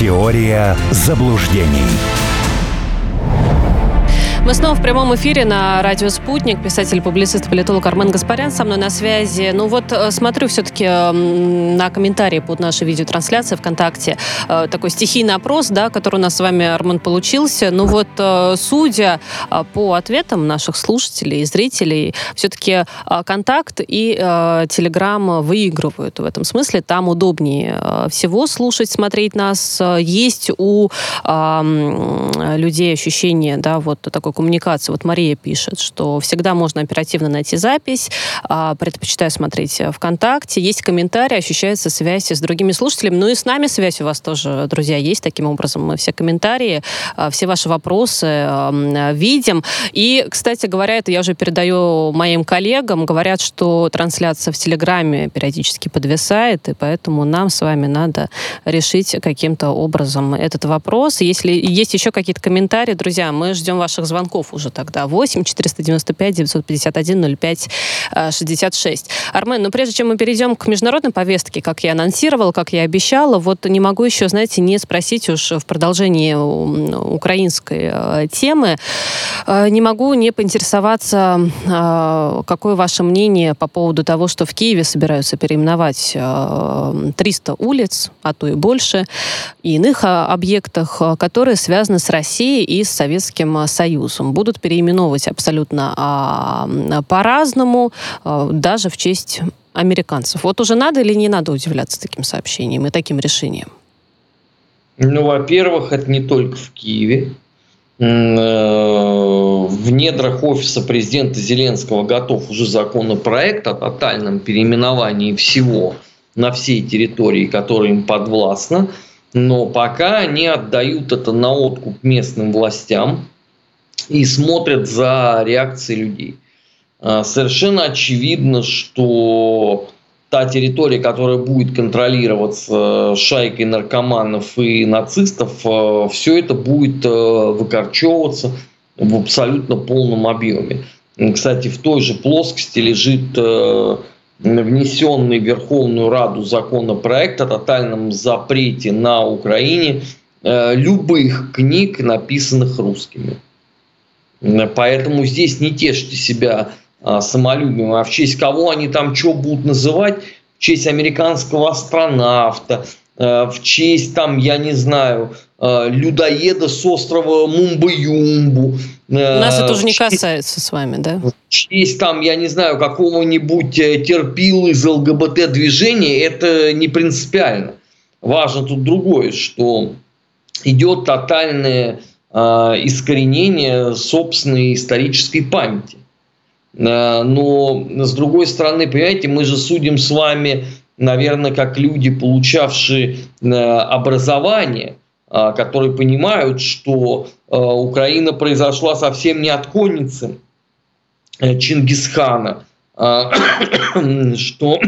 Теория заблуждений. Мы снова в прямом эфире на радио «Спутник». Писатель, публицист, политолог Армен Гаспарян со мной на связи. Смотрю все-таки на комментарии под нашей видеотрансляцией ВКонтакте. Такой стихийный опрос, который у нас с вами, Армен, получился. Судя по ответам наших слушателей и зрителей, все-таки «Контакт» и «Телеграм» выигрывают в этом смысле. Там удобнее всего слушать, смотреть нас. Есть у людей ощущение, такой коммуникации. Мария пишет, что всегда можно оперативно найти запись, предпочитаю смотреть ВКонтакте. Есть комментарии, ощущается связь с другими слушателями. И с нами связь у вас тоже, друзья, есть. Таким образом, мы все комментарии, все ваши вопросы видим. И, кстати говоря, это я уже передаю моим коллегам. Говорят, что трансляция в Телеграме периодически подвисает, и поэтому нам с вами надо решить каким-то образом этот вопрос. Если есть еще какие-то комментарии, друзья, мы ждем ваших звонков уже тогда. 8-495-951-05-66. Армен, прежде чем мы перейдем к международной повестке, как я анонсировала, как я обещала, не могу еще, не спросить уж в продолжении украинской темы, не могу не поинтересоваться, какое ваше мнение по поводу того, что в Киеве собираются переименовать 300 улиц, а то и больше, и иных объектах, которые связаны с Россией и с Советским Союзом. Будут переименовывать абсолютно по-разному, даже в честь американцев. Уже надо или не надо удивляться таким сообщениям и таким решениям? Во-первых, это не только в Киеве. В недрах офиса президента Зеленского готов уже законопроект о тотальном переименовании всего на всей территории, которая им подвластна. Но пока они отдают это на откуп местным властям и смотрят за реакцией людей. Совершенно очевидно, что та территория, которая будет контролироваться шайкой наркоманов и нацистов, все это будет выкорчевываться в абсолютно полном объеме. Кстати, в той же плоскости лежит внесенный в Верховную Раду законопроект о тотальном запрете на Украине любых книг, написанных русскими. Поэтому здесь не тешьте себя самолюбием, а в честь кого они там что будут называть? В честь американского астронавта, в честь людоеда с острова Мумба-Юмбу. Нас это уже не касается с вами, да? В честь какого-нибудь терпилы из ЛГБТ-движения, это не принципиально. Важно тут другое, что идет тотальное искоренение собственной исторической памяти. Но, с другой стороны, понимаете, мы же судим с вами, наверное, как люди, получавшие образование, которые понимают, что Украина произошла совсем не от конницы Чингисхана, что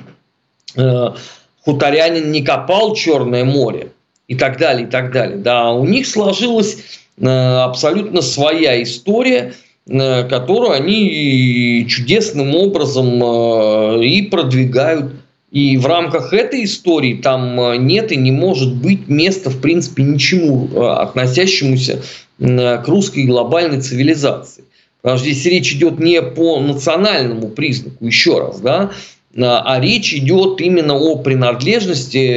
хуторянин не копал Черное море и так далее, и так далее. Да, у них сложилась абсолютно своя история, которую они чудесным образом и продвигают. И в рамках этой истории там нет и не может быть места, в принципе, ничему, относящемуся к русской глобальной цивилизации. Потому что здесь речь идет не по национальному признаку, еще раз, да, а речь идет именно о принадлежности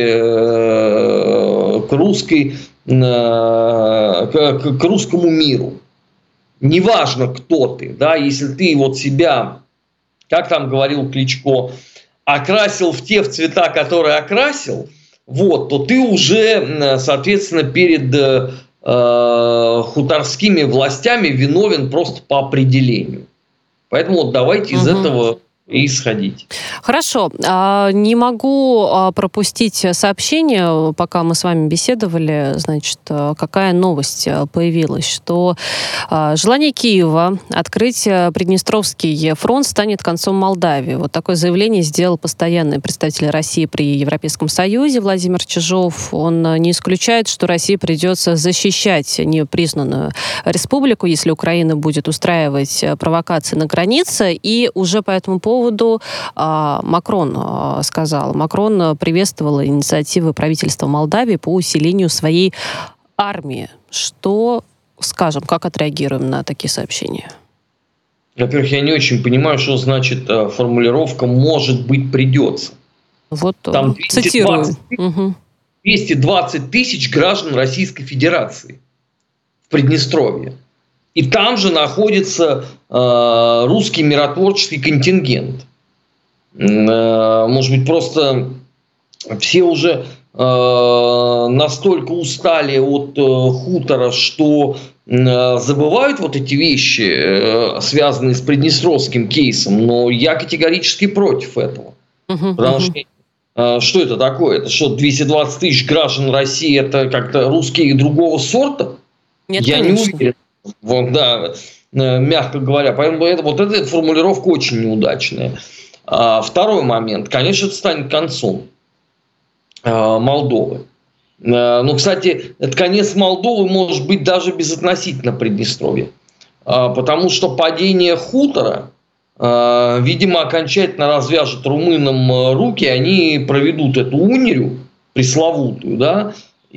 к русскому миру. Неважно, кто ты, да, если ты себя, как там говорил Кличко, окрасил в те цвета, которые окрасил, то ты уже, соответственно, перед хуторскими властями виновен просто по определению. Поэтому давайте из этого и исходить. Хорошо. Не могу пропустить сообщение, пока мы с вами беседовали. Какая новость появилась? Что желание Киева открыть Приднестровский фронт станет концом Молдавии. Такое заявление сделал постоянный представитель России при Европейском Союзе Владимир Чижов. Он не исключает, что России придется защищать непризнанную республику, если Украина будет устраивать провокации на границе. И уже по этому поводу поводу Макрон сказал. Макрон приветствовал инициативы правительства Молдавии по усилению своей армии. Что скажем, как отреагируем на такие сообщения? Во-первых, я не очень понимаю, что значит формулировка «может быть, придется». Вот там цитирую. 220 тысяч граждан Российской Федерации в Приднестровье. И там же находится русский миротворческий контингент. Может быть, просто все уже настолько устали от хутора, что забывают вот эти вещи, связанные с приднестровским кейсом. Но я категорически против этого. Потому что это такое? Это что, 220 тысяч граждан России, это как-то русские другого сорта? Нет, я конечно. не уверен. Вот, да, мягко говоря. Поэтому эта формулировка очень неудачная. Второй момент. Конечно, это станет концом Молдовы. Но, кстати, этот конец Молдовы может быть даже безотносительно Приднестровья. Потому что падение хутора, видимо, окончательно развяжет румынам руки, они проведут эту унию пресловутую, да,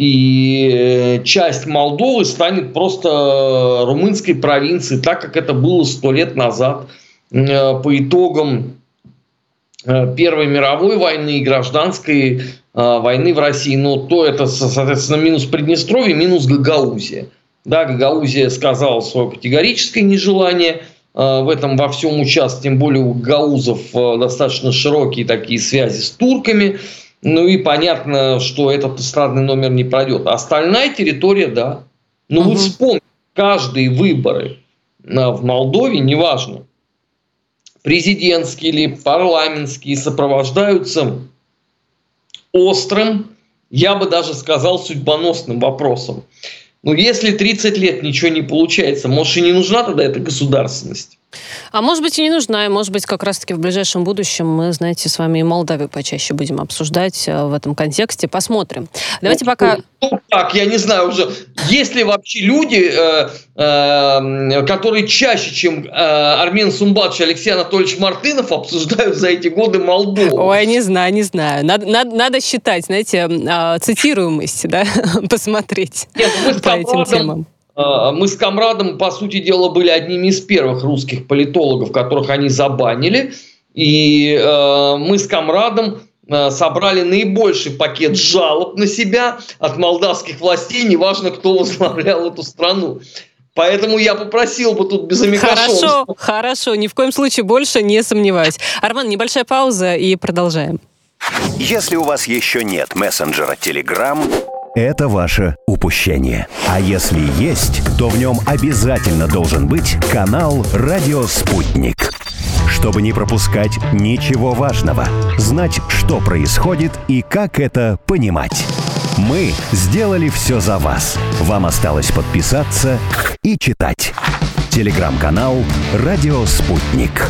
и часть Молдовы станет просто румынской провинцией, так как это было 100 лет назад по итогам Первой мировой войны и гражданской войны в России. Но то это, соответственно, минус Приднестровье, минус Гагаузия. Да, Гагаузия сказала свое категорическое нежелание в этом во всем участвовать, тем более у гагаузов достаточно широкие такие связи с турками. Ну и понятно, что этот эстрадный номер не пройдет. Остальная территория, да. Но вы вспомните, каждые выборы в Молдове, неважно, президентские или парламентские, сопровождаются острым, я бы даже сказал, судьбоносным вопросом. Но если 30 лет ничего не получается, может, и не нужна тогда эта государственность? А может быть, и не нужна, и может быть, как раз-таки в ближайшем будущем мы, знаете, с вами и Молдавию почаще будем обсуждать в этом контексте. Посмотрим. Давайте пока... Так, я не знаю уже, есть ли вообще люди, которые чаще, чем Армен Сумбатович и Алексей Анатольевич Мартынов, обсуждают за эти годы Молдову? Ой, не знаю. Надо считать, знаете, цитируемость, да, посмотреть по этим темам. Мы с Камрадом, по сути дела, были одними из первых русских политологов, которых они забанили. И мы с Камрадом собрали наибольший пакет жалоб на себя от молдавских властей, неважно, кто возглавлял эту страну. Поэтому я попросил бы тут без амикошон. Хорошо, ни в коем случае больше не сомневаюсь. Арман, небольшая пауза и продолжаем. Если у вас еще нет мессенджера Telegram, это ваше упущение. А если есть, то в нем обязательно должен быть канал «Радио Спутник». Чтобы не пропускать ничего важного, знать, что происходит и как это понимать. Мы сделали все за вас. Вам осталось подписаться и читать. Телеграм-канал «Радио Спутник».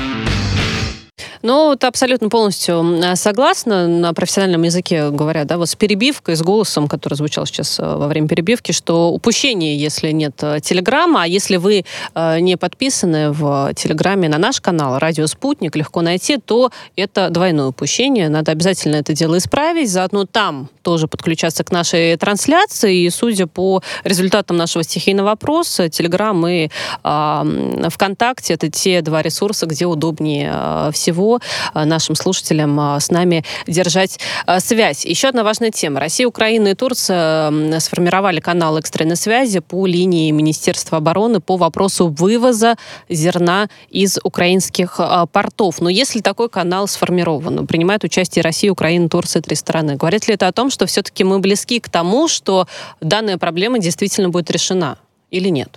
Ну, вот абсолютно полностью согласна. На профессиональном языке говорят, да, вот с перебивкой, с голосом, который звучал сейчас во время перебивки, что упущение, если нет Телеграма, а если вы не подписаны в Телеграме на наш канал «Радио Спутник», легко найти, то это двойное упущение. Надо обязательно это дело исправить, заодно там тоже подключаться к нашей трансляции. И судя по результатам нашего стихийного опроса, Телеграм и ВКонтакте — это те два ресурса, где удобнее всего нашим слушателям с нами держать связь. Еще одна важная тема. Россия, Украина и Турция сформировали канал экстренной связи по линии Министерства обороны по вопросу вывоза зерна из украинских портов. Но если такой канал сформирован, принимают участие Россия, Украина, Турция, 3 страны, говорит ли это о том, что все-таки мы близки к тому, что данная проблема действительно будет решена или нет?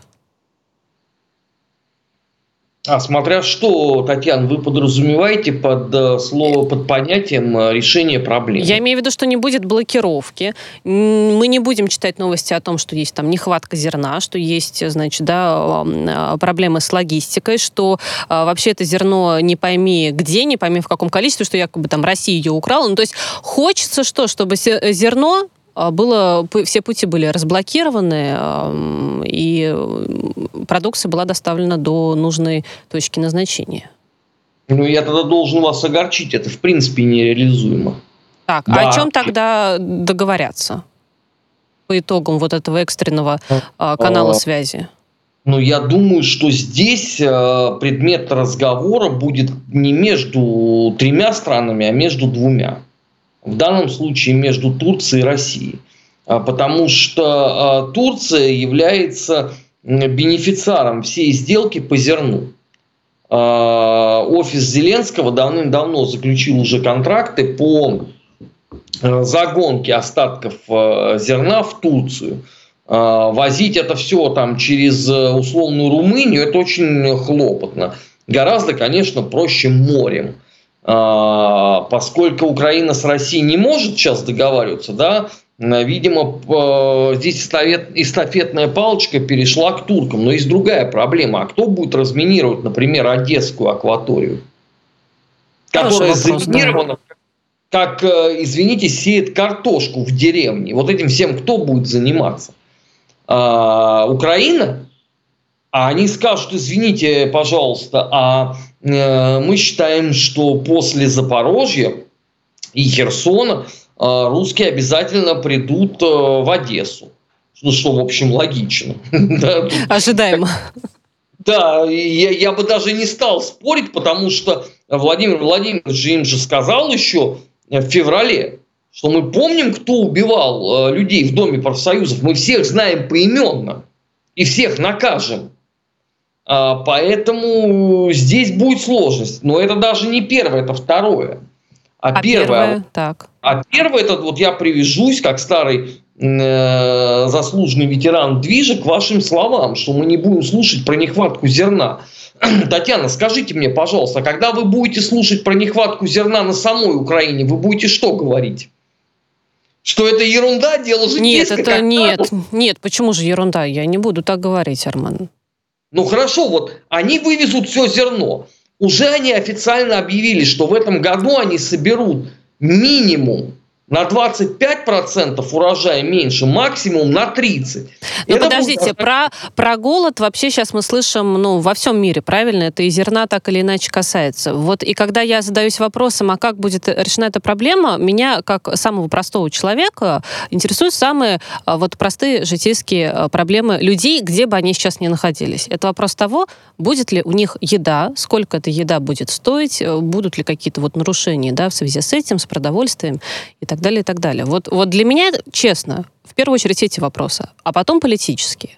Смотря что, Татьяна, вы подразумеваете под понятием решения проблемы? Я имею в виду, что не будет блокировки. Мы не будем читать новости о том, что есть там нехватка зерна, что есть, значит, да, проблемы с логистикой, что вообще это зерно не пойми где, не пойми в каком количестве, что якобы там Россия ее украла. Ну, то есть хочется что? Чтобы зерно было, все пути были разблокированы, и продукция была доставлена до нужной точки назначения. Ну, я тогда должен вас огорчить. Это, в принципе, нереализуемо. Так, да. А о чем тогда договорятся по итогам вот этого экстренного канала связи? Ну, я думаю, что здесь предмет разговора будет не между 3 странами, а между 2. В данном случае между Турцией и Россией. Потому что Турция является бенефициаром всей сделки по зерну. Офис Зеленского давным-давно заключил уже контракты по загонке остатков зерна в Турцию. Возить это все там через условную Румынию, это очень хлопотно. Гораздо, конечно, проще морем. Поскольку Украина с Россией не может сейчас договариваться, да, видимо, здесь эстафетная палочка перешла к туркам. Но есть другая проблема. А кто будет разминировать, например, Одесскую акваторию? Которая заминирована, как, извините, сеет картошку в деревне. Вот этим всем кто будет заниматься? Украина? А они скажут: извините, пожалуйста, мы считаем, что после Запорожья и Херсона русские обязательно придут в Одессу. Ну, что, в общем, логично. Ожидаемо. Да, я бы даже не стал спорить, потому что Владимир Владимирович им же сказал еще в феврале, что мы помним, кто убивал людей в Доме профсоюзов. Мы всех знаем поименно и всех накажем. Поэтому здесь будет сложность. Но это даже не первое, это второе. Первое, так. Первое, это вот я привяжусь, как старый заслуженный ветеран движа, к вашим словам, что мы не будем слушать про нехватку зерна. Татьяна, скажите мне, пожалуйста, когда вы будете слушать про нехватку зерна на самой Украине, вы будете что говорить? Что это ерунда, дело житейское? Нет, почему же ерунда? Я не буду так говорить, Армен. Ну хорошо, вот они вывезут все зерно. Уже они официально объявили, что в этом году они соберут минимум на 25% урожая меньше, максимум на 30%. Но подождите, про голод вообще сейчас мы слышим во всем мире, правильно? Это и зерна так или иначе касается. Вот и когда я задаюсь вопросом, а как будет решена эта проблема, меня, как самого простого человека, интересуют самые простые житейские проблемы людей, где бы они сейчас ни находились. Это вопрос того, будет ли у них еда, сколько эта еда будет стоить, будут ли какие-то нарушения в связи с этим, с продовольствием и так далее, и так далее. Вот для меня, честно, в первую очередь эти вопросы, а потом политические.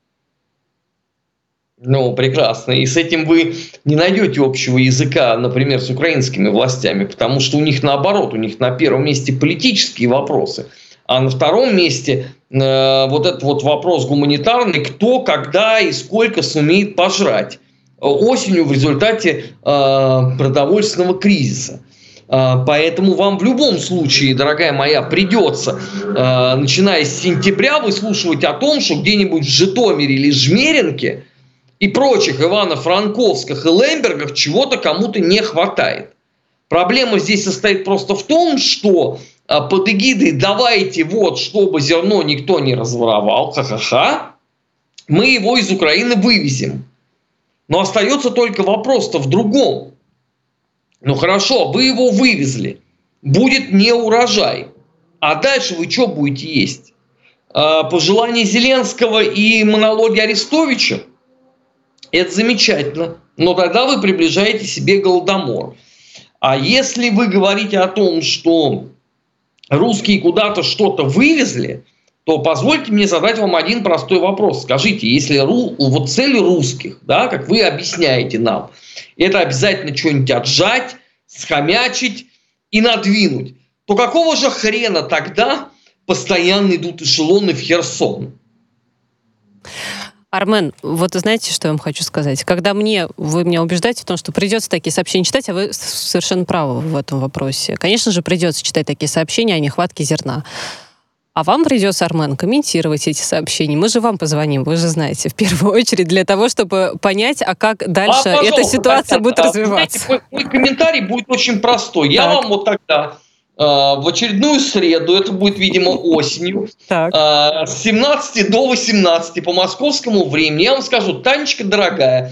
Ну, прекрасно. И с этим вы не найдете общего языка, например, с украинскими властями, потому что у них наоборот, у них на первом месте политические вопросы, а на втором месте этот вопрос гуманитарный, кто, когда и сколько сумеет пожрать осенью в результате продовольственного кризиса. Поэтому вам в любом случае, дорогая моя, придется, начиная с сентября, выслушивать о том, что где-нибудь в Житомире или Жмеринке и прочих Ивано-Франковских и Лембергах чего-то кому-то не хватает. Проблема здесь состоит просто в том, что под эгидой «давайте чтобы зерно никто не разворовал», ха-ха-ха, мы его из Украины вывезем. Но остается только вопрос-то в другом. Ну хорошо, вы его вывезли, будет не урожай, а дальше вы что будете есть? Пожелания Зеленского и монологи Арестовича? Это замечательно, но тогда вы приближаете себе голодомор. А если вы говорите о том, что русские куда-то что-то вывезли, то позвольте мне задать вам один простой вопрос. Скажите, если цель русских, как вы объясняете нам, это обязательно что-нибудь отжать, схомячить и надвинуть, то какого же хрена тогда постоянно идут эшелоны в Херсон? Армен, знаете, что я вам хочу сказать? Когда вы меня убеждаете в том, что придется такие сообщения читать, а вы совершенно правы в этом вопросе. Конечно же, придется читать такие сообщения о нехватке зерна. А вам придется, Армен, комментировать эти сообщения. Мы же вам позвоним, вы же знаете, в первую очередь для того, чтобы понять, а как дальше эта ситуация будет развиваться. Знаете, мой комментарий будет очень простой. Я вам тогда в очередную среду, это будет, видимо, осенью, с 17 до 18 по московскому времени, я вам скажу: Танечка, дорогая,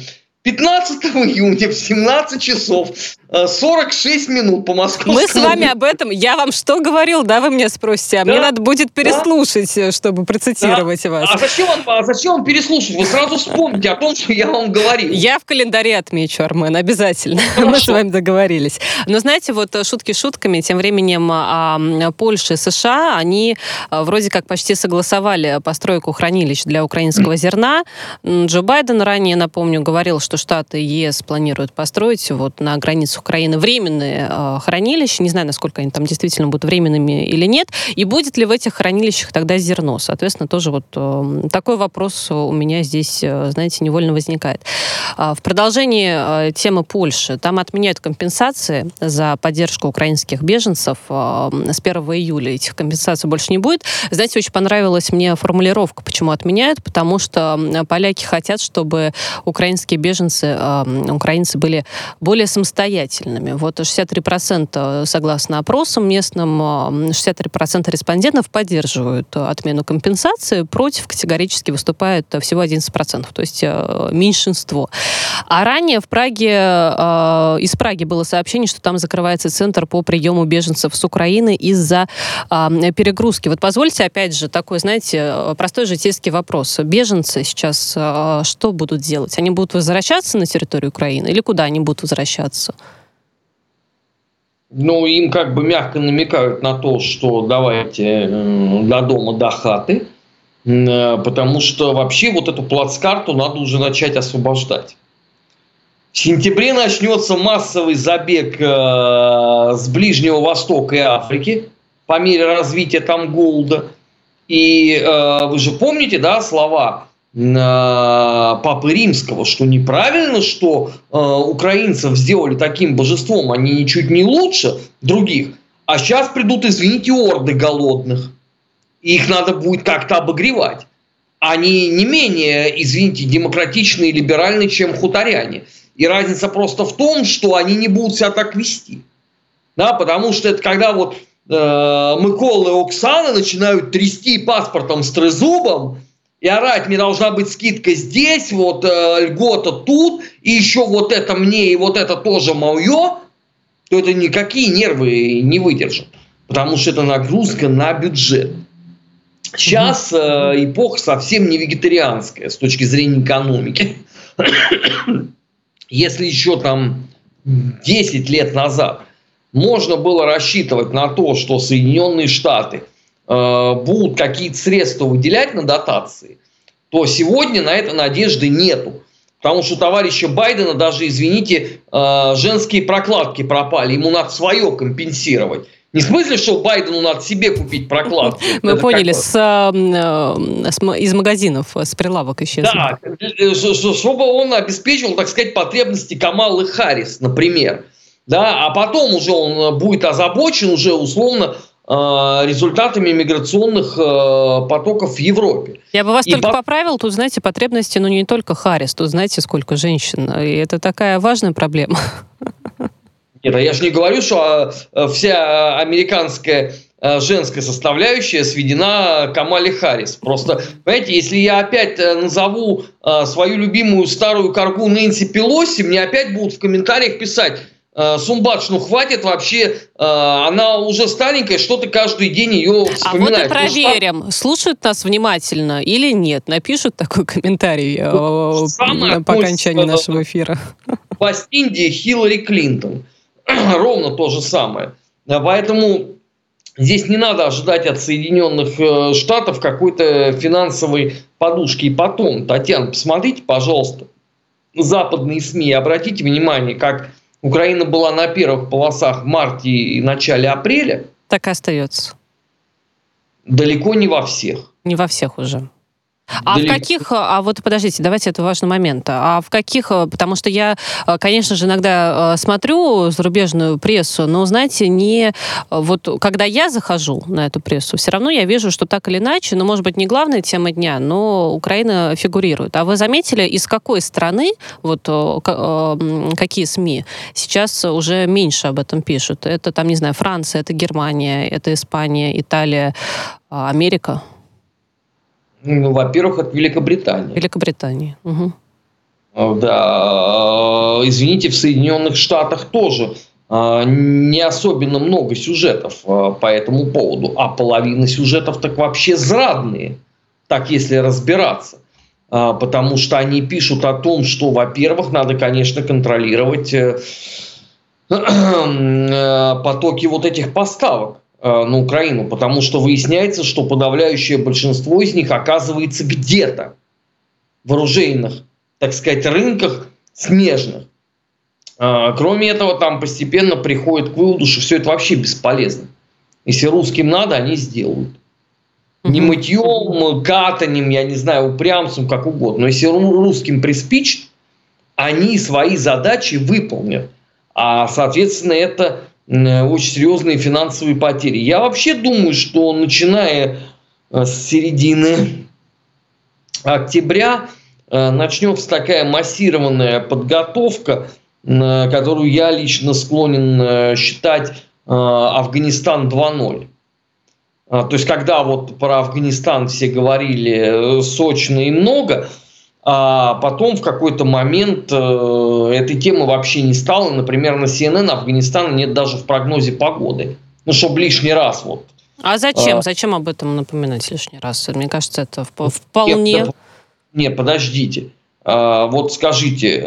15 июня в 17 часов 46 минут по московскому. Мы с вами об этом. Я вам что говорил, да, вы меня спросите? А да? Мне надо будет переслушать, чтобы процитировать вас. А зачем вам переслушать? Вы сразу вспомните о том, что я вам говорил. Я в календаре отмечу, Армен, обязательно. Хорошо. Мы с вами договорились. Но знаете, вот шутки шутками, тем временем Польша и США, они вроде как почти согласовали постройку хранилищ для украинского зерна. Джо Байден ранее, напомню, говорил, что Штаты и ЕС планируют построить вот на границах Украины временные хранилища. Не знаю, насколько они там действительно будут временными или нет. И будет ли в этих хранилищах тогда зерно? Соответственно, тоже вот такой вопрос у меня здесь, знаете, невольно возникает. В продолжении темы Польши. Там отменяют компенсации за поддержку украинских беженцев. С 1 июля этих компенсаций больше не будет. Знаете, очень понравилась мне формулировка, почему отменяют. Потому что поляки хотят, чтобы украинские беженцы, украинцы были более самостоятельными. Вот 63%, согласно опросам местным, 63% респондентов поддерживают отмену компенсации, против категорически выступает всего 11%, то есть меньшинство. А ранее в Праге, из Праги было сообщение, что там закрывается центр по приему беженцев с Украины из-за перегрузки. Вот позвольте, опять же, такой, знаете, простой житейский вопрос. Беженцы сейчас что будут делать? Они будут возвращаться на территорию Украины или куда они будут возвращаться? Ну, им как бы мягко намекают на то, что давайте до дома, до хаты, потому что вообще вот эту плацкарту надо уже начать освобождать. В сентябре начнется массовый забег с Ближнего Востока и Африки по мере развития там голода. И вы же помните, да, слова Папы Римского, что неправильно, что украинцев сделали таким божеством, они ничуть не лучше других, а сейчас придут, извините, орды голодных, и их надо будет как-то обогревать. Они не менее, извините, демократичные и либеральные, чем хуторяне. И разница просто в том, что они не будут себя так вести. Да, потому что это когда вот Микола и Оксана начинают трясти паспортом с трезубом, и орать, мне должна быть скидка здесь, вот льгота тут, и еще вот это мне, и вот это тоже мое, то это никакие нервы не выдержат. Потому что это нагрузка на бюджет. Сейчас эпоха совсем не вегетарианская с точки зрения экономики. Если еще там 10 лет назад можно было рассчитывать на то, что Соединенные Штаты будут какие-то средства выделять на дотации, то сегодня на это надежды нету. Потому что у товарища Байдена даже, извините, женские прокладки пропали. Ему надо свое компенсировать. Не в смысле, что Байдену надо себе купить прокладки. Мы поняли, из магазинов, с прилавок исчезли. Да, чтобы он обеспечил, так сказать, потребности Камалы Харрис, например. Да, а потом уже он будет озабочен уже условно результатами миграционных потоков в Европе. Я бы вас только поправил, тут, знаете, потребности, не только Харрис, тут знаете, сколько женщин, и это такая важная проблема. Нет, я же не говорю, что вся американская женская составляющая сведена к Камале Харрис. Просто, понимаете, если я опять назову свою любимую старую коргу Нэнси Пелоси, мне опять будут в комментариях писать: Сумбадж, хватит вообще, она уже старенькая, что ты каждый день ее вспоминаешь. А вот и проверим, слушают нас внимательно или нет. Напишут такой комментарий по окончании нашего эфира. В Вест-Индии Хиллари Клинтон. Ровно то же самое. Поэтому здесь не надо ожидать от Соединенных Штатов какой-то финансовой подушки. И потом, Татьяна, посмотрите, пожалуйста, западные СМИ, обратите внимание, как Украина была на первых полосах в марте и начале апреля. Так и остается. Далеко не во всех. Не во всех уже. А в каких, вот подождите, давайте, это важный момент. А в каких, потому что я, конечно же, иногда смотрю зарубежную прессу, но, знаете, не вот когда я захожу на эту прессу, все равно я вижу, что так или иначе, может быть, не главная тема дня, но Украина фигурирует. А вы заметили, из какой страны, вот какие СМИ сейчас уже меньше об этом пишут? Это там, не знаю, Франция, это Германия, это Испания, Италия, Америка? Во-первых, от Великобритании. Великобритании. Угу. Да, извините, в Соединенных Штатах тоже не особенно много сюжетов по этому поводу, а половина сюжетов так вообще зрадные, так если разбираться. Потому что они пишут о том, что, во-первых, надо, конечно, контролировать потоки вот этих поставок на Украину, потому что выясняется, что подавляющее большинство из них оказывается где-то в оружейных, так сказать, рынках смежных. Кроме этого, там постепенно приходит к выводу, что все это вообще бесполезно. Если русским надо, они сделают. Не мытьем, катанием, я не знаю, упрямством, как угодно. Но если русским приспичит, они свои задачи выполнят. А, соответственно, это очень серьезные финансовые потери. Я вообще думаю, что начиная с середины октября начнется такая массированная подготовка, которую я лично склонен считать Афганистан 2.0. То есть, когда вот про Афганистан все говорили сочно и много, а потом в какой-то момент этой темы вообще не стало. Например, на CNN Афганистана нет даже в прогнозе погоды. Ну, чтобы лишний раз вот. А зачем? Зачем об этом напоминать лишний раз? Мне кажется, это вполне... Нет, подождите. Вот скажите,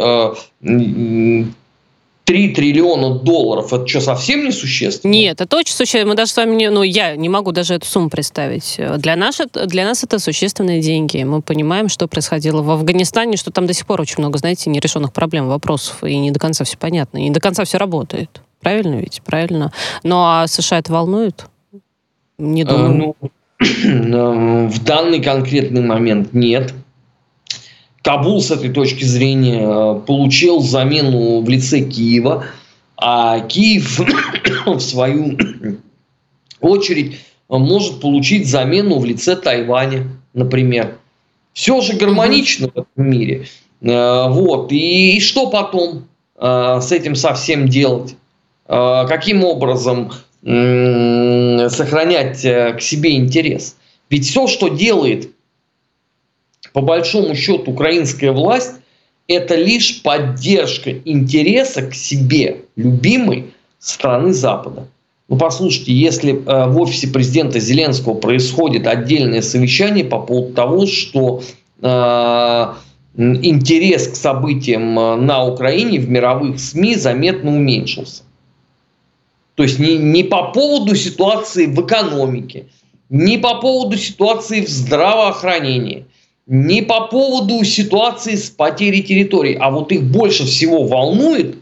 3 триллиона долларов, это что, совсем не существенно? Нет, это очень существенно. Мы даже с вами я не могу даже эту сумму представить. Для нас это существенные деньги. Мы понимаем, что происходило в Афганистане, что там до сих пор очень много, знаете, нерешенных проблем, вопросов, и не до конца все понятно, и не до конца все работает. Правильно ведь? Правильно. Ну, а США это волнует? Не думаю. В данный конкретный момент нет. Кабул с этой точки зрения получил замену в лице Киева, а Киев в свою очередь может получить замену в лице Тайваня, например. Все же гармонично в этом мире. Вот. И что потом с этим совсем делать? Каким образом сохранять к себе интерес? Ведь все, что делает по большому счету украинская власть, это лишь поддержка интереса к себе любимой страны Запада. Ну, послушайте, если в офисе президента Зеленского происходит отдельное совещание по поводу того, что интерес к событиям на Украине в мировых СМИ заметно уменьшился. То есть не по поводу ситуации в экономике, не по поводу ситуации в здравоохранении, не по поводу ситуации с потерей территорий, а вот их больше всего волнует,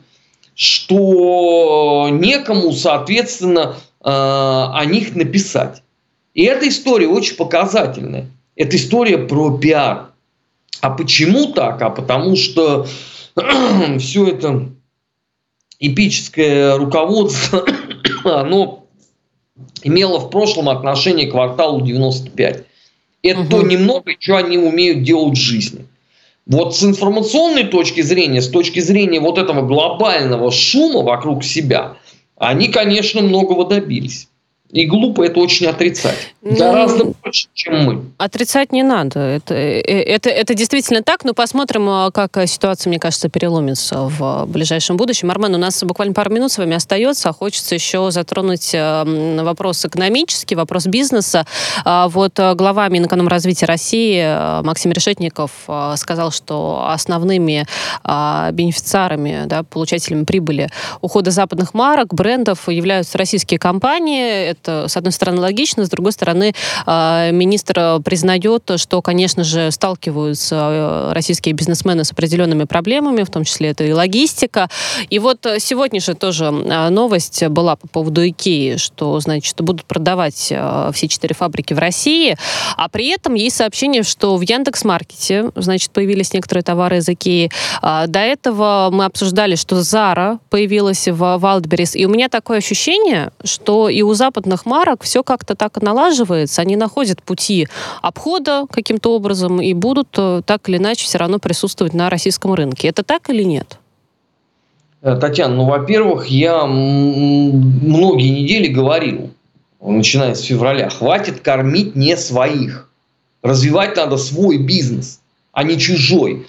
что некому, соответственно, о них написать. И эта история очень показательная. Это история про пиар. А почему так? А потому что все это эпическое руководство, оно имело в прошлом отношение к кварталу 95. Это то немного, что они умеют делать в жизни. Вот с информационной точки зрения, с точки зрения вот этого глобального шума вокруг себя, они, конечно, многого добились. И глупо это очень отрицать. Гораздо больше, чем мы. Отрицать не надо. Это действительно так. Но посмотрим, как ситуация, мне кажется, переломится в ближайшем будущем. Армен, у нас буквально пару минут с вами остается. Хочется еще затронуть вопрос экономический, вопрос бизнеса. Вот глава Минэкономразвития России Максим Решетников сказал, что основными бенефициарами, получателями прибыли ухода западных марок, брендов являются российские компании. Это, с одной стороны, логично, с другой стороны, министр признает, что, конечно же, сталкиваются российские бизнесмены с определенными проблемами, в том числе это и логистика. И вот сегодня же тоже новость была по поводу Икеи, что, значит, будут продавать все 4 фабрики в России, а при этом есть сообщение, что в Яндекс.Маркете, значит, появились некоторые товары из Икеи. До этого мы обсуждали, что Zara появилась в Wildberries, и у меня такое ощущение, что и у западных марок все как-то так и налаживается, они находят пути обхода каким-то образом и будут так или иначе все равно присутствовать на российском рынке. Это так или нет? Татьяна, во-первых, я многие недели говорил, начиная с февраля, хватит кормить не своих. Развивать надо свой бизнес, а не чужой.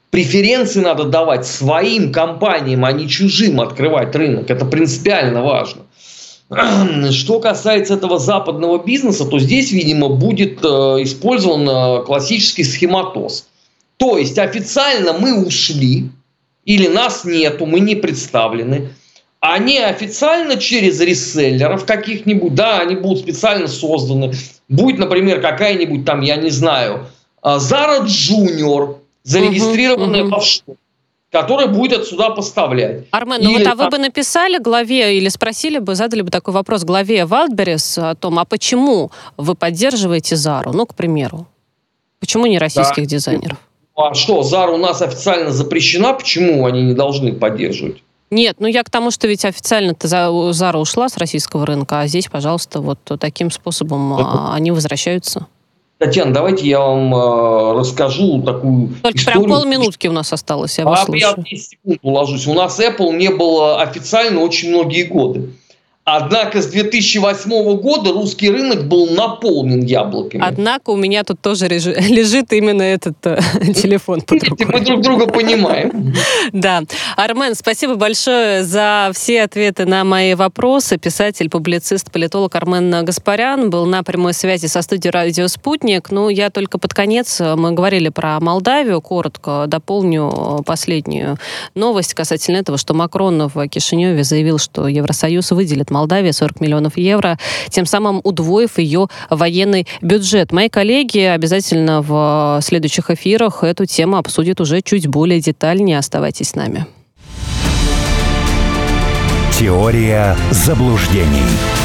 Преференции надо давать своим компаниям, а не чужим открывать рынок. Это принципиально важно. Что касается этого западного бизнеса, то здесь, видимо, будет использован классический схематоз. То есть официально мы ушли, или нас нету, мы не представлены. А неофициально через реселлеров каких-нибудь, да, они будут специально созданы. Будет, например, какая-нибудь там, я не знаю, Zara Junior, зарегистрированная в офшоре, которая будет отсюда поставлять. Армен, ну вот а вы бы написали главе или спросили бы, задали бы такой вопрос главе Wildberries о том, а почему вы поддерживаете Зару, ну, к примеру? Почему не российских дизайнеров? А что, Зара у нас официально запрещена, почему они не должны поддерживать? Нет, ну я к тому, что ведь официально-то Зара ушла с российского рынка, а здесь, пожалуйста, вот таким способом они возвращаются. Татьяна, давайте я вам расскажу такую Только историю. Прям полминутки у нас осталось, я вас слушаю. Я 10 секунд уложусь. У нас Apple не было официально очень многие годы. Однако с 2008 года русский рынок был наполнен яблоками. Однако у меня тут тоже лежит именно этот телефон под рукой. Мы друг друга понимаем. Да. Армен, спасибо большое за все ответы на мои вопросы. Писатель, публицист, политолог Армен Гаспарян был на прямой связи со студией «Радио Спутник». Ну, я только под конец, мы говорили про Молдавию, коротко дополню последнюю новость касательно этого, что Макрон в Кишиневе заявил, что Евросоюз выделит Молдавии 40 миллионов евро, тем самым удвоив ее военный бюджет. Мои коллеги обязательно в следующих эфирах эту тему обсудят уже чуть более детальнее. Оставайтесь с нами. Теория заблуждений.